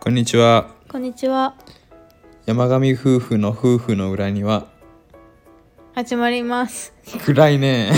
こんにちは。 こんにちは。 山上夫婦の夫婦の裏には始まります。 暗いね。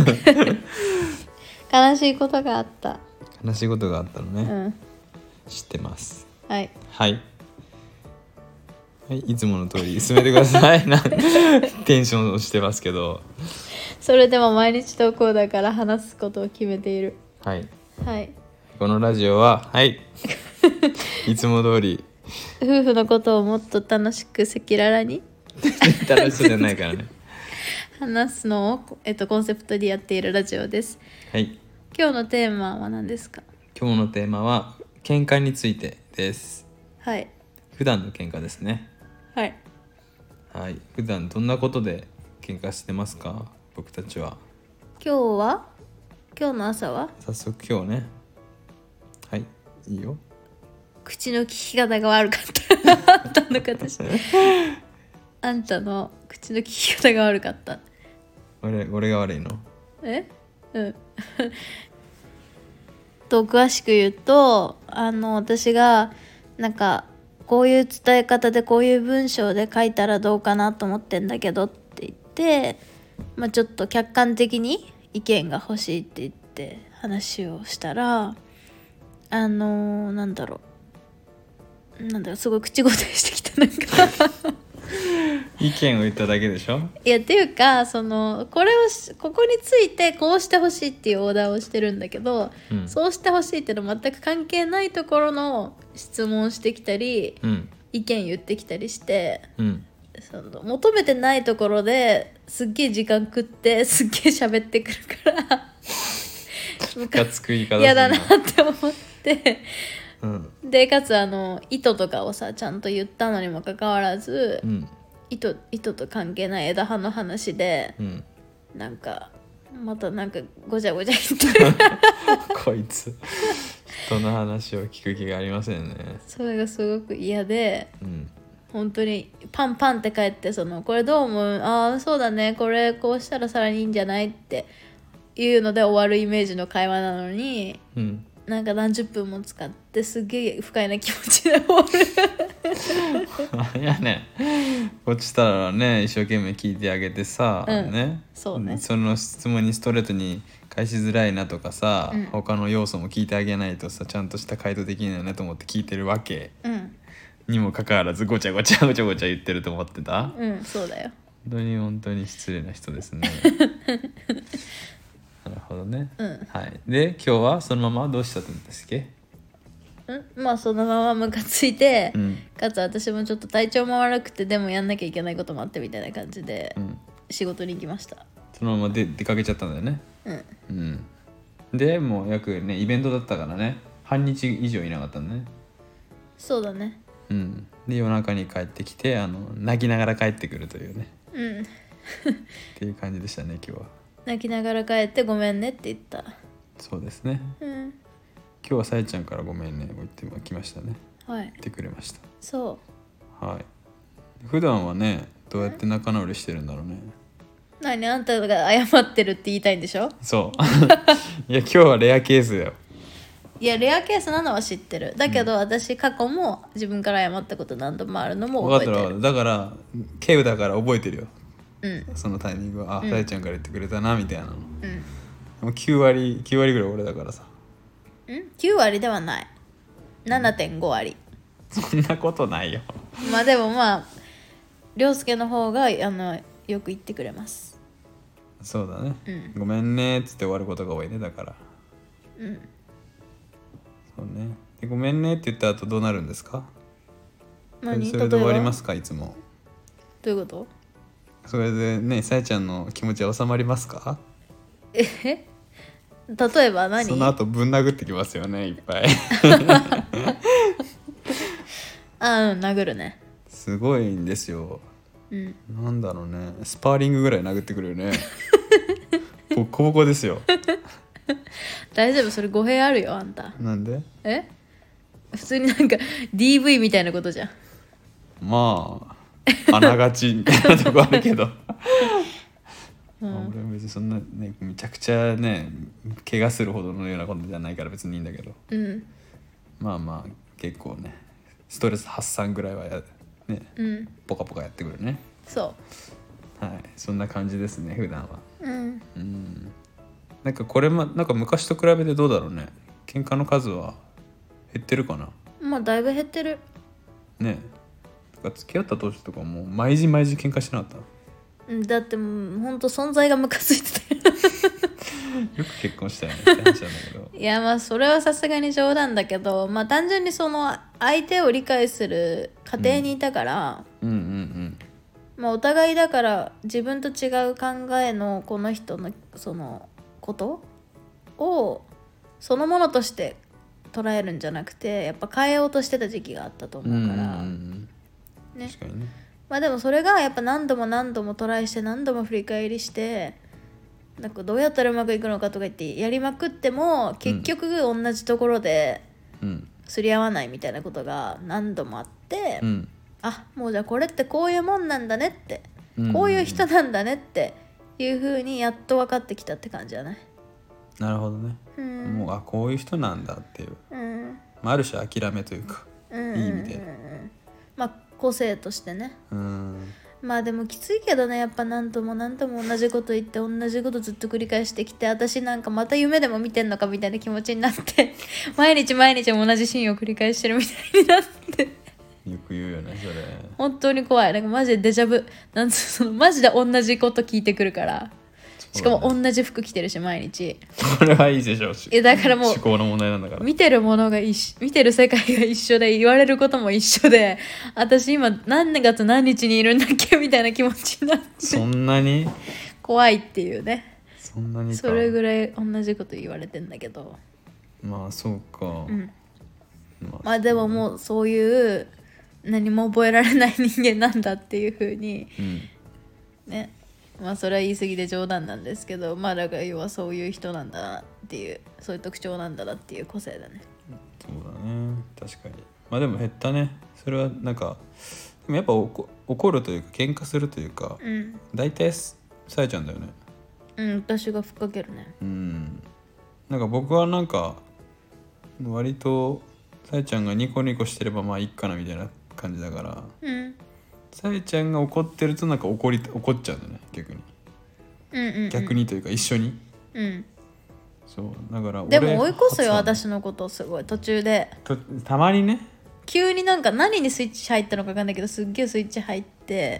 悲しいことがあった。 悲しいことがあったのね、 うん。 知ってます。 はい。 はい、はい、いつもの通り進めてください。テンションをしてますけど、 それでも毎日投稿だから話すことを決めている。 はい、 はい。 このラジオはいつも通り夫婦のことをもっと楽しく赤裸々に楽しそうじゃないからね。 話すのを、コンセプトでやっているラジオです。 はい、 今日のテーマは何ですか？ 今日のテーマは喧嘩についてです。 はい。 普段の喧嘩ですね。 はい。 はい、普段どんなことで喧嘩してますか？僕たちは。 今日の朝は早速今日ね。はい、いいよ。 口の利き方が悪かったあんたの形あんたの口の利き方が悪かった。 俺が悪いの？ うんと詳しく言うと私がなんかこういう伝え方でこういう文章で書いたらどうかなと思ってんだけどって言って、ちょっと客観的に意見が欲しいって言って話をしたらなんだろうすごい口答えしてきたなんか意見を言っただけでしょ？ いやっていうかここについてこうしてほしいっていうオーダーをしてるんだけど、そうしてほしいっていうの全く関係ないところの質問をしてきたり、意見言ってきたりして、求めてないところですっげえ時間食ってすっげえ喋ってくるからムカつく言い方するな。 嫌だなって思って、でかつ意図とかをさちゃんと言ったのにもかかわらず、意図と関係ない枝葉の話で、なんかまたなんかごちゃごちゃ言ってるこいつ人の話を聞く気がありませんね。 それがすごく嫌で、本当にパンパンって帰ってこれどう思う？ああそうだね、これこうしたらさらにいいんじゃないっていうので終わるイメージの会話なのに、なんか何十分も使ってすげえ不快な気持ちで終わるいやね、こっちたらね一生懸命聞いてあげてさ、 そうね、 その質問にストレートに返しづらいなとかさ、他の要素も聞いてあげないとさちゃんとした回答できないなと思って聞いてるわけ、にもかかわらずごちゃごちゃ言ってると思ってた。 そうだよ。 本当に失礼な人ですね。なるほどね、はい。で今日はそのままどうしたんですっけ？ そのままムカついて、かつ私もちょっと体調も悪くてでもやんなきゃいけないこともあってみたいな感じで、仕事に行きました。 そのまま出かけちゃったんだよね。でもう約ねイベントだったからね、半日以上いなかったんだね。 そうだね。 で夜中に帰ってきて泣きながら帰ってくるというね、っていう感じでしたね今日は。 泣きながら帰ってごめんねって言った。 そうですね、今日はさえちゃんからごめんねを言ってきましたね。言ってくれました。 そう。 普段はねどうやって仲直りしてるんだろうね。 何あんたが謝ってるって言いたいんでしょ？ そういや今日はレアケースだよ。 いやレアケースなのは知ってる。だけど、私過去も自分から謝ったこと何度もあるのも覚えてる。 分かってる。だからケウだから覚えてるよ、そのタイミングは。さえちゃんから言ってくれたなみたいなの。もう9割ぐらい俺だからさ。 9割ではない、 7.5 割。 そんなことないよ。 でも涼介の方がよく言ってくれます。 そうだね、ごめんねっつって終わることが多いね。だからそうね。でごめんねって言った後どうなるんですか？それで終わりますか？いつも。 どういうこと？ それでねさえちゃんの気持ちは収まりますか？ 例えば何？ その後ぶん殴ってきますよねいっぱい。 殴るね。 すごいんですよ。なんだろうね、スパーリングぐらい殴ってくるよね。ボコボコですよ。 大丈夫？それ語弊あるよあんた。 なんで？ 普通になんか DV みたいなことじゃん。 あながちみたいなとこあるけど。俺は別にそんなねめちゃくちゃね怪我するほどのようなことじゃないから別にいいんだけど、結構ねストレス発散ぐらいはね、ポカポカやってくるね。 そはい、そんな感じですね普段は。 う。 なんかこれもなんか昔と比べてどうだろうね。喧嘩の数は減ってるかな。 まあだいぶ減ってるね。とか付き合った当時とかもう毎時毎時喧嘩してなかった。 だってもうほんと存在がムカついてたよく結婚したよねって話なんだけどいやまあそれはさすがに冗談だけど、まあ単純にその相手を理解する過程にいたから、まあお互いだから自分と違う考えのこの人のそのことをそのものとして捉えるんじゃなくて、やっぱ変えようとしてた時期があったと思うから、ね、 確かにね。 まあでもそれがやっぱ何度も何度もトライして何度も振り返りしてなんかどうやったらうまくいくのかとか言ってやりまくっても結局同じところですり合わないみたいなことが何度もあって、あもうじゃあこれってこういうもんなんだねって、こういう人なんだねっていう風にやっと分かってきたって感じじゃない？ なるほどね。もうこういう人なんだっていう、ある種諦めというか、いい意味で、 まあ個性としてね。まあでもきついけどね、やっぱ何度も何度も同じこと言って同じことずっと繰り返してきて、私なんかまた夢でも見てんのかみたいな気持ちになって毎日毎日同じシーンを繰り返してるみたいになってよく言うよねそれ。 本当に怖い。なんかマジでデジャブなんつそのマジで同じこと聞いてくるから、しかも同じ服着てるし毎日。 これはいいでしょう。 だからもう思考の問題なんだから。 見てるものが見てる世界が一緒で言われることも一緒で、私今何月何日にいるんだっけみたいな気持ちになってそんなに怖いっていうね。 そんなにか。 それぐらい同じこと言われてんだけど、 まあそうか、 まあでももうそういう何も覚えられない人間なんだっていう風に、ね、まあそれは言い過ぎで冗談なんですけど、まあだから要はそういう人なんだなっていう、そういう特徴なんだなっていう個性だね。 そうだね、確かに。まあでも減ったね。それはなんかでもやっぱ怒るというか喧嘩するというか、大体さえちゃんだよね。 私がふっかけるね。 なんか僕はなんか割とさえちゃんがニコニコしてればまあいいかなみたいな感じだから、さえちゃんが怒ってるとなんか怒っちゃうんだよね逆に。逆にというか一緒に。そうだからでも追い越すよ私のことすごい途中で。 たまにね。 急になんか何にスイッチ入ったのか分かんないけど、すっげえスイッチ入って、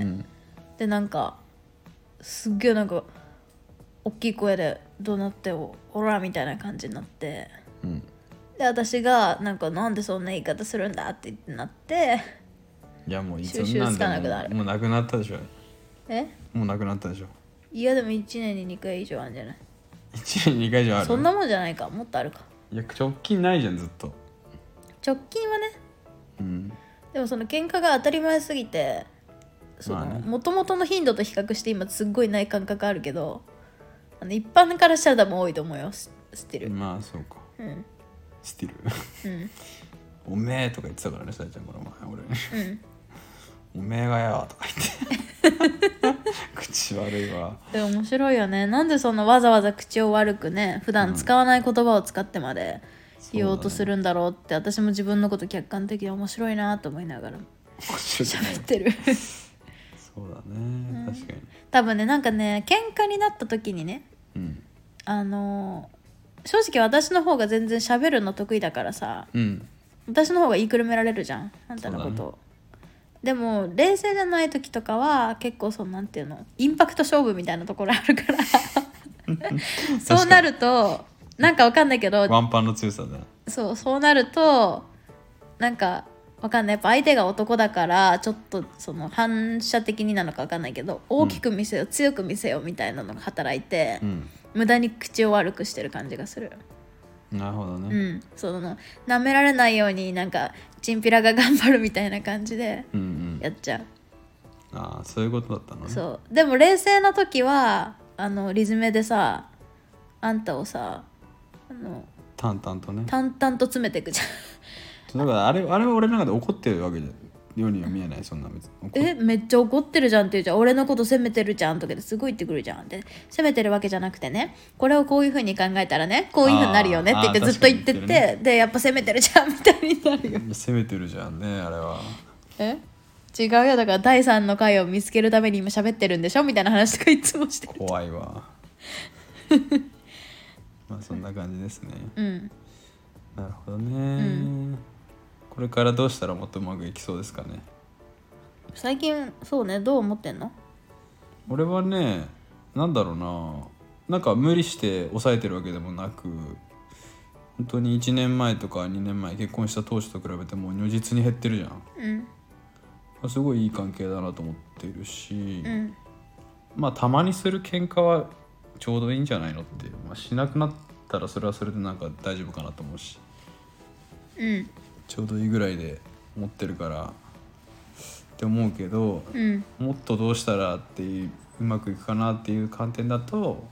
でなんかすっげえなんか大きい声で怒鳴っておらみたいな感じになって、で私がなんでそんな言い方するんだって言ってなって、 いやもういつ収集つかなくなる。 もうなくなったでしょ。もうなくなったでしょ。 いやでも1年に2回以上あるんじゃない？ 1年に2回以上ある。 そんなもんじゃないか、もっとあるか。 いや直近ないじゃんずっと。 直近はね、でもその喧嘩が当たり前すぎて、その元々の頻度と比較して今すっごいない感覚あるけど、一般からしたら多分多いと思うよ。知ってる。 まあそうか。知ってる。おめえとか言ってたからねさえちゃんこの前俺に。おめえがよとか言って口悪いわ。 でも面白いよね。なんでそんなわざわざ口を悪くね、普段使わない言葉を使ってまで言おうとするんだろうって、私も自分のこと客観的に面白いなと思いながら喋ってる。 そうだね、確かに。 多分ね、なんかね、喧嘩になった時にね、正直私の方が全然喋るの得意だからさ、私の方が言いくるめられるじゃん、あんたのことを。でも冷静じゃない時とかは結構なんていうの、インパクト勝負みたいなところあるからそうなるとなんかわかんないけど、 ワンパンの強さだ。 そうなるとなんかわかんない、やっぱ相手が男だからちょっとその反射的になのかわかんないけど、大きく見せよう、強く見せようみたいなのが働いて、無駄に口を悪くしてる感じがする。 なるほどね。 舐められないようになんかチンピラが頑張るみたいな感じでやっちゃう。 ああそういうことだったのね。 そうでも冷静な時はリズメでさ、あんたをさ淡々とね、 淡々と詰めていくじゃん。 だからあれは俺の中で怒ってるわけじゃようには見えない。そんな別にめっちゃ怒ってるじゃんって言うじゃん。俺のこと責めてるじゃんとかですごい言ってくるじゃんって。責めてるわけじゃなくてね、これをこういう風に考えたらね、こういう風になるよねって言ってずっと言ってて、ね、でやっぱ責めてるじゃんみたいになるよ。 責めてるじゃんね、あれは。 違うよ、だから第3の回を見つけるために今喋ってるんでしょみたいな話とかいつもしてる。 怖いわ。まあそんな感じですね。なるほどね、これからどうしたらもっとうまくいきそうですかね。 最近そうね、どう思ってんの？ 俺はね、なんだろうな、なんか無理して抑えてるわけでもなく、本当に1年前とか2年前結婚した当初と比べてもう如実に減ってるじゃん。すごいいい関係だなと思っているし、まあたまにする喧嘩はちょうどいいんじゃないのって、しなくなったらそれはそれでなんか大丈夫かなと思うし、ちょうどいいぐらいで思ってるからって思うけど、もっとどうしたらっていう、うまくいくかなっていう観点だと、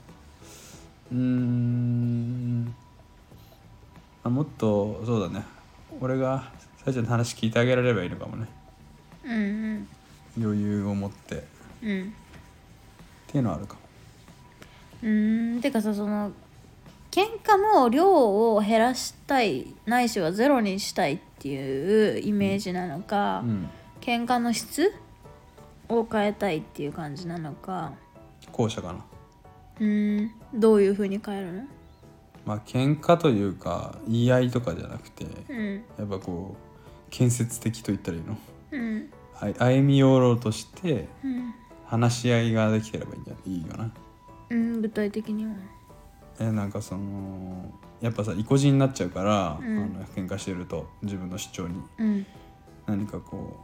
もっとそうだね、俺がさやちゃんの話聞いてあげられればいいのかもね。余裕を持って、っていうのはあるかも。 てかさ、その喧嘩の量を減らしたいないしはゼロにしたいっていうイメージなのか、喧嘩の質を変えたいっていう感じなのか。 後者かな。 どういう風に変えるの？ 喧嘩というか言い合いとかじゃなくて、やっぱこう建設的と言ったらいいの、歩み寄ろうとして、話し合いができてればいいよな。 具体的にはなんかそのやっぱさ意固地になっちゃうから、喧嘩してると自分の主張に、何かこ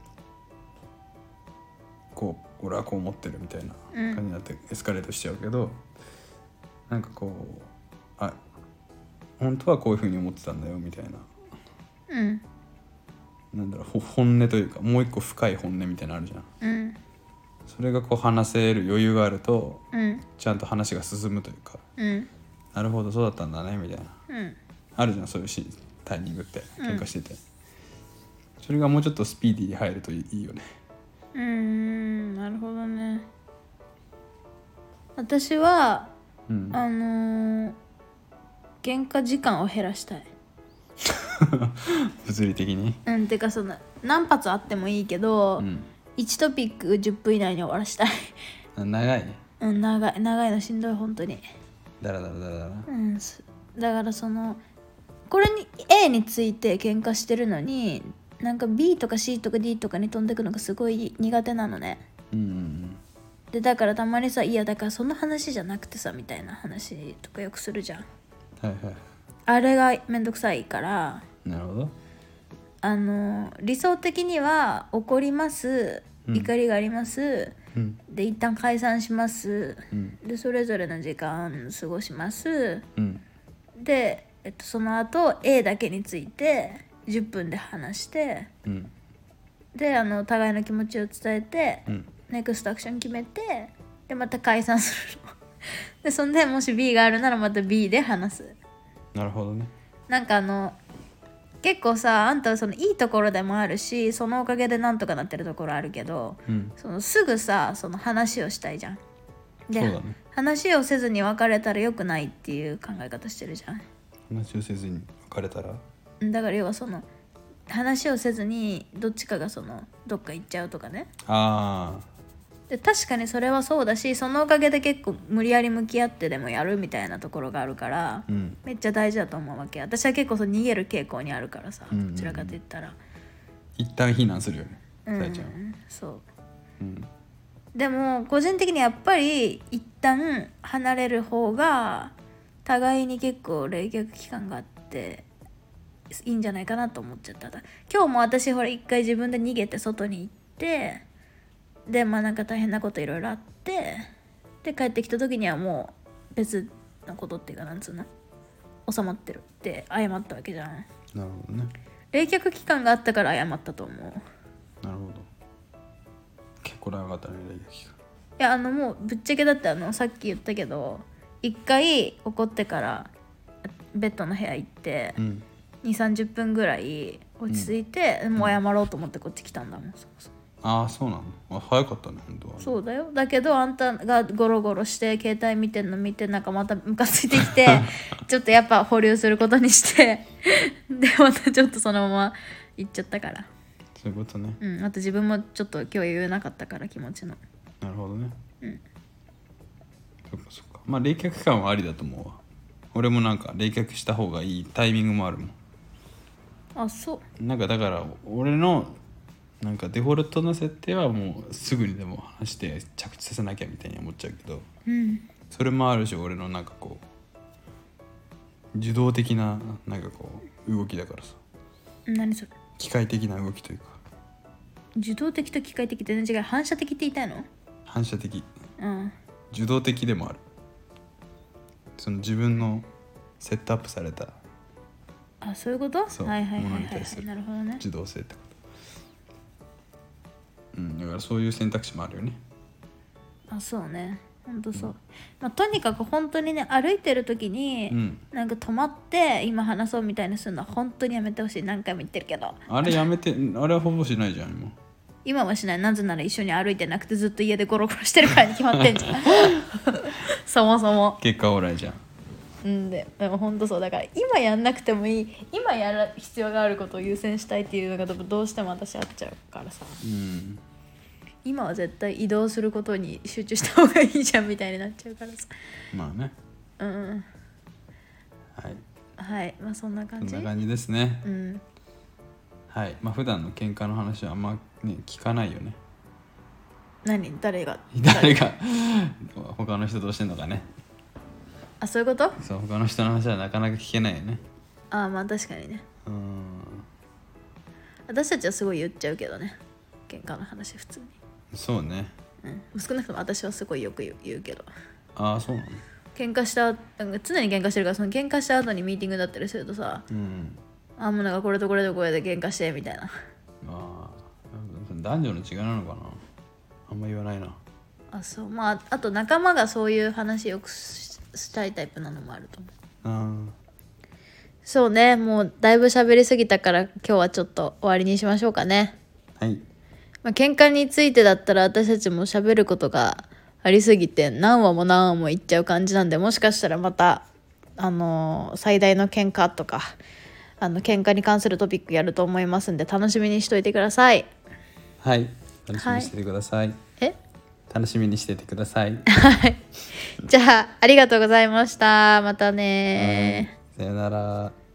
う俺はこう思ってるみたいな感じになってエスカレートしちゃうけど、なんかこう本当はこういう風に思ってたんだよみたいな、なんだろう、本音というかもう一個深い本音みたいなのあるじゃん。それがこう話せる余裕があると、ちゃんと話が進むというか、なるほどそうだったんだねみたいな、あるじゃん、そういうタイミングって喧嘩してて、それがもうちょっとスピーディーに入るといいよね。 なるほどね。私は、喧嘩時間を減らしたい。 物理的に。 てかその何発あってもいいけど、1トピック10分以内に終わらしたい。 長いね。 長いのしんどい本当に。 だら。 だからそのこれに A について喧嘩してるのに、なんか B とか C とか D とかに飛んでくのがすごい苦手なのね。でだからたまにさ、いやだからその話じゃなくてさみたいな話とかよくするじゃん。あれがめんどくさいから。 なるほど。 理想的には怒ります、怒りがあります、で一旦解散します、でそれぞれの時間過ごします、で、その後 A だけについて10分で話して、で互いの気持ちを伝えて、ネクストアクション決めて、でまた解散するの。でそんでもし B があるならまた B で話す。 なるほどね。 なんか結構さ、あんたはそのいいところでもあるし、そのおかげでなんとかなってるところあるけど、そのすぐさその話をしたいじゃん。で、そうだね、話をせずに別れたら良くないっていう考え方してるじゃん。 話をせずに別れたら、 だから要はその話をせずにどっちかがそのどっか行っちゃうとかね。で確かにそれはそうだし、そのおかげで結構無理やり向き合ってでもやるみたいなところがあるから、めっちゃ大事だと思うわけ。私は結構逃げる傾向にあるからさ、どちらかと言ったら一旦避難するよね、さやちゃん。 そう、でも個人的にやっぱり一旦離れる方が互いに結構冷却期間があっていいんじゃないかなと思っちゃった。今日も私ほら一回自分で逃げて外に行って、でなんか大変なこといろいろあって、で帰ってきた時にはもう別のことっていうか、なんつうの、収まってるって謝ったわけじゃん。 なるほどね。 冷却期間があったから謝ったと思う。 なるほど。結構長かったね、冷却期間。 いやもうぶっちゃけだってさっき言ったけど、一回怒ってからベッドの部屋行って、2、30分ぐらい落ち着いて、もう謝ろうと思ってこっち来たんだもん。 ああそうなの。早かったね本当は。 そうだよ。だけどあんたがゴロゴロして携帯見てんの見て、なんかまたムカついてきてちょっとやっぱ保留することにしてでまたちょっとそのまま行っちゃったから。 そういうことね。 あと自分もちょっと今日言えなかったから気持ちの。 なるほどね。そっかそっか。まあ冷却感はありだと思うわ。俺もなんか冷却した方がいいタイミングもあるもん。 あ、そう。 なんかだから俺のなんかデフォルトの設定はもうすぐにでも話して着地させなきゃみたいに思っちゃうけど、それもあるし、俺のなんかこう受動的ななんかこう動きだからさ。 何それ？ 機械的な動きというか。 受動的と機械的って全然違う。反射的って言いたいの？ 反射的、受動的でもある。その自分のセットアップされた、 あ、そういうこと？ そう、 はいはいはいものにはい、 対するなるほどね。 受動性ってこと。だからそういう選択肢もあるよね。 あ、そうね。ほんとそう。とにかく本当にね、歩いてる時に、なんか止まって今話そうみたいにするのは本当にやめてほしい。何回も言ってるけど。 あれやめて、あれはほぼしないじゃん今。 今はしない。なぜなら一緒に歩いてなくてずっと家でゴロゴロしてるからに決まってんじゃんそもそも。 結果オーライじゃん。 でも本当そうだから、今やんなくてもいい、今やる必要があることを優先したいっていうのがどうしても私あっちゃうからさ、今は絶対移動することに集中した方がいいじゃんみたいになっちゃうからさ。 まあね。はい。 はい、そんな感じ。 そんな感じですね。はい。普段の喧嘩の話はあんまね聞かないよね。 誰が他の人どうしてんのかね。 あ、そういうこと？ そう、他の人の話はなかなか聞けないよね。 あ、確かにね。私たちはすごい言っちゃうけどね、喧嘩の話普通に。 そうね。 少なくとも私はすごいよく言うけど。 ああ、そうなの。 喧嘩したなんか常に喧嘩してるから、その喧嘩した後にミーティングだったりするとさ、もうなんかこれとこれとこれで喧嘩してみたいな。 男女の違いなのかな。あんま言わないな。 あ、そう。あと仲間がそういう話よくしたいタイプなのもあると思う。そうね。もうだいぶ喋りすぎたから今日はちょっと終わりにしましょうかね。 はい。 喧嘩についてだったら私たちも喋ることがありすぎて何話も何話も言っちゃう感じなんで、もしかしたらまた最大の喧嘩とか喧嘩に関するトピックやると思いますんで、楽しみにしといてください。 はい、楽しみにしててください。楽しみにしててください。 じゃあありがとうございました。またね。 さよなら。